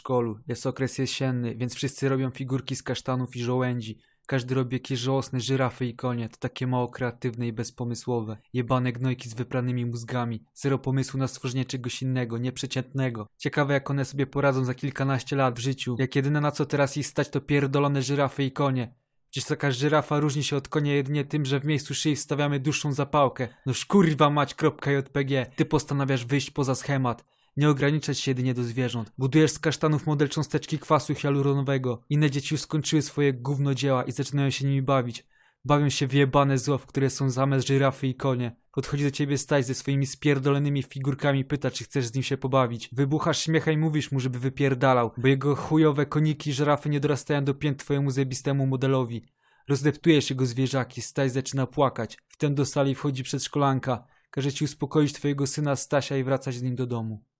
przedszkolu. Jest okres jesienny, więc wszyscy robią figurki z kasztanów i żołędzi. Każdy robi jakieś żałosne żyrafy i konie, to takie mało kreatywne i bezpomysłowe. Jebane gnojki z wypranymi mózgami. Zero pomysłu na stworzenie czegoś innego, nieprzeciętnego. Ciekawe jak one sobie poradzą za kilkanaście lat w życiu. Jak jedyne na co teraz ich stać to pierdolone żyrafy i konie. Przecież taka żyrafa różni się od konia jedynie tym, że w miejscu szyi wstawiamy dłuższą zapałkę. Noż kurwa mać.jpg. Ty postanawiasz wyjść poza schemat. Nie ograniczać się jedynie do zwierząt. Budujesz z kasztanów model cząsteczki kwasu hialuronowego. Inne dzieci już skończyły swoje gównodzieła i zaczynają się nimi bawić. Bawią się w jebane zło, w które są zamiast żyrafy i konie. Podchodzi do ciebie Staś ze swoimi spierdolonymi figurkami i pyta, czy chcesz z nim się pobawić. Wybuchasz śmiechem i mówisz mu, żeby wypierdalał, bo jego chujowe koniki i żyrafy nie dorastają do pięt twojemu zjebistemu modelowi. Rozdeptujesz jego zwierzaki, Staś zaczyna płakać. Wtem do sali wchodzi przedszkolanka. Każe ci uspokoić twojego syna Stasia i wracać z nim do domu.